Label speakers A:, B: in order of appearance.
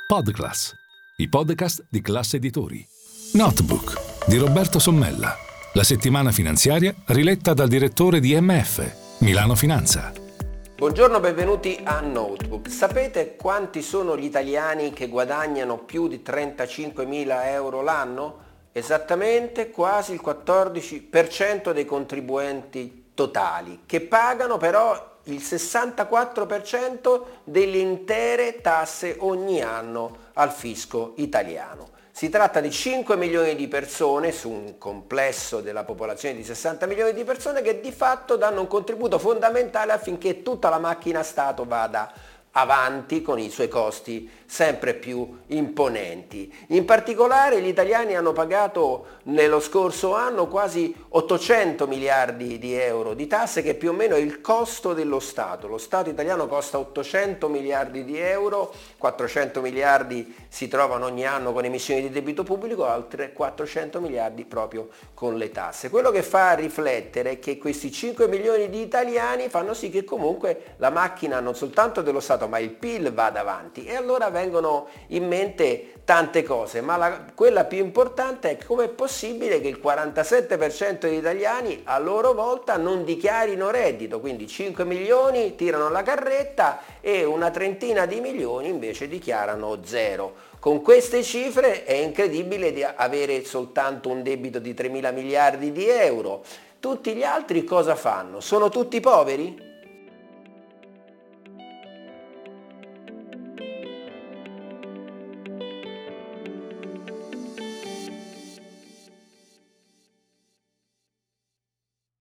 A: Podclass, i podcast di Class Editori. Notebook di Roberto Sommella, la settimana finanziaria riletta dal direttore di MF, Milano Finanza.
B: Buongiorno, benvenuti a Notebook. Sapete quanti sono gli italiani che guadagnano più di 35.000 euro l'anno? Esattamente quasi il 14% dei contribuenti totali, che pagano però il 64% delle intere tasse ogni anno al fisco italiano. Si tratta di 5 milioni di persone su un complesso della popolazione di 60 milioni di persone che di fatto danno un contributo fondamentale affinché tutta la macchina Stato vada avanti con i suoi costi sempre più imponenti. In particolare gli italiani hanno pagato nello scorso anno quasi 800 miliardi di euro di tasse, che più o meno è il costo dello Stato. Lo Stato italiano costa 800 miliardi di euro, 400 miliardi si trovano ogni anno con emissioni di debito pubblico, altre 400 miliardi proprio con le tasse. Quello che fa riflettere è che questi 5 milioni di italiani fanno sì che comunque la macchina non soltanto dello Stato ma il PIL vada avanti, e allora vengono in mente tante cose, ma quella più importante è come è possibile che il 47% degli italiani a loro volta non dichiarino reddito, quindi 5 milioni tirano la carretta e una trentina di milioni invece dichiarano zero. Con queste cifre è incredibile di avere soltanto un debito di 3.000 miliardi di euro. Tutti gli altri cosa fanno? Sono tutti poveri?